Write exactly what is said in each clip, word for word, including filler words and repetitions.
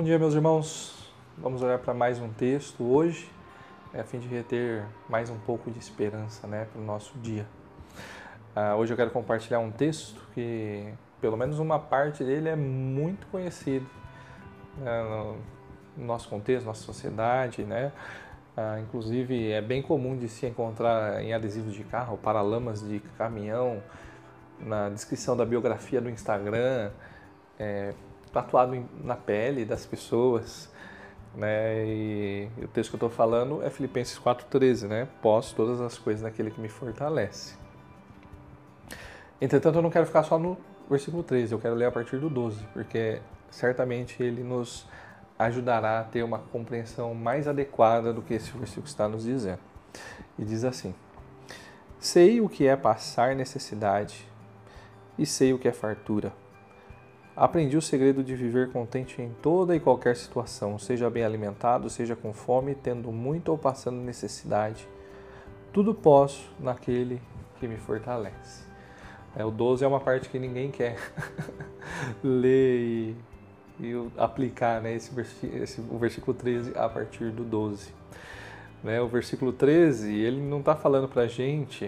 Bom dia, meus irmãos. Vamos olhar para mais um texto hoje, né, a fim de reter mais um pouco de esperança, né, para o nosso dia. Ah, hoje eu quero compartilhar um texto que, pelo menos uma parte dele, é muito conhecido, né, no, no nosso contexto, nossa sociedade, né? Ah, inclusive, é bem comum de se encontrar em adesivos de carro, paralamas de caminhão, na descrição da biografia do Instagram, é, tatuado na pele das pessoas, né? E o texto que eu estou falando é Filipenses quatro, treze, né? Posso todas as coisas naquele que me fortalece. Entretanto, eu não quero ficar só no versículo treze, eu quero ler a partir do doze, porque certamente ele nos ajudará a ter uma compreensão mais adequada do que esse versículo está nos dizendo. E diz assim: sei o que é passar necessidade e sei o que é fartura. Aprendi o segredo de viver contente em toda e qualquer situação, seja bem alimentado, seja com fome, tendo muito ou passando necessidade. Tudo posso naquele que me fortalece. É, o doze é uma parte que ninguém quer ler e, e aplicar, né, esse, esse, o versículo treze a partir do doze. Né, o versículo treze, ele não está falando para a gente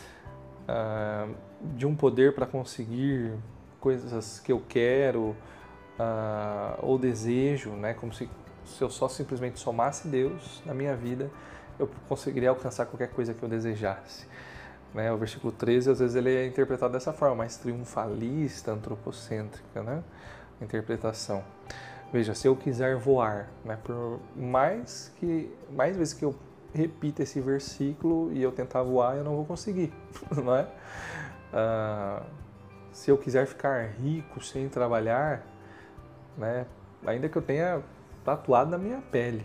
ah, de um poder para conseguir coisas que eu quero uh, ou desejo, né? Como se, se eu só simplesmente somasse Deus na minha vida, eu conseguiria alcançar qualquer coisa que eu desejasse. Né? O versículo treze, às vezes, ele é interpretado dessa forma, mais triunfalista, antropocêntrica, né? A interpretação. Veja, se eu quiser voar, né? Por mais, que, mais vezes que eu repita esse versículo e eu tentar voar, eu não vou conseguir, não é? Uh, Se eu quiser ficar rico sem trabalhar, né, ainda que eu tenha tatuado na minha pele,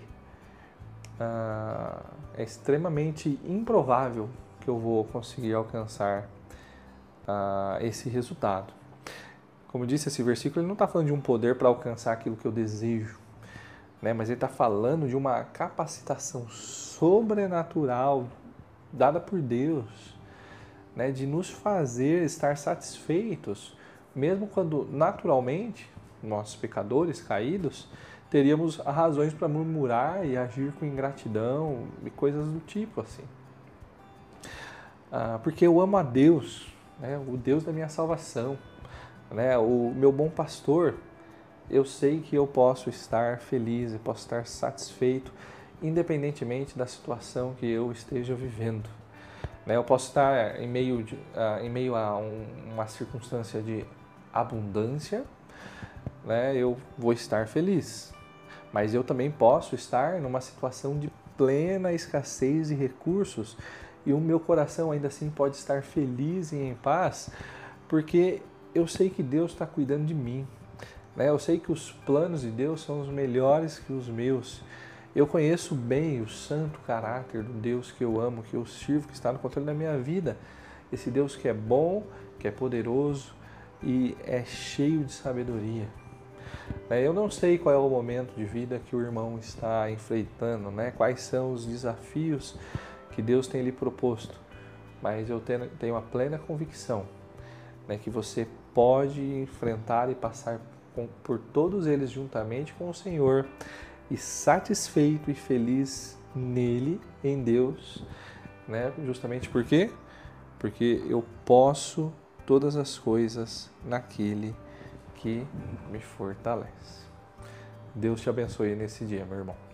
ah, é extremamente improvável que eu vou conseguir alcançar ah, esse resultado. Como disse, esse versículo ele não está falando de um poder para alcançar aquilo que eu desejo, né, mas ele está falando de uma capacitação sobrenatural dada por Deus, né, de nos fazer estar satisfeitos, mesmo quando naturalmente, nós pecadores caídos, teríamos razões para murmurar e agir com ingratidão e coisas do tipo assim. Ah, porque eu amo a Deus, né, o Deus da minha salvação, né, o meu bom pastor, eu sei que eu posso estar feliz, eu posso estar satisfeito, independentemente da situação que eu esteja vivendo. Eu posso estar em meio, de, uh, em meio a um, uma circunstância de abundância, né? Eu vou estar feliz. Mas eu também posso estar numa situação de plena escassez de recursos e o meu coração ainda assim pode estar feliz e em paz, porque eu sei que Deus está cuidando de mim. Né? Eu sei que os planos de Deus são os melhores que os meus. Eu conheço bem o santo caráter do Deus que eu amo, que eu sirvo, que está no controle da minha vida. Esse Deus que é bom, que é poderoso e é cheio de sabedoria. Eu não sei qual é o momento de vida que o irmão está enfrentando, né? Quais são os desafios que Deus tem lhe proposto, mas eu tenho a plena convicção, né, que você pode enfrentar e passar por todos eles juntamente com o Senhor, e satisfeito e feliz nele, em Deus, né? Justamente por quê? Porque eu posso todas as coisas naquele que me fortalece. Deus te abençoe nesse dia, meu irmão.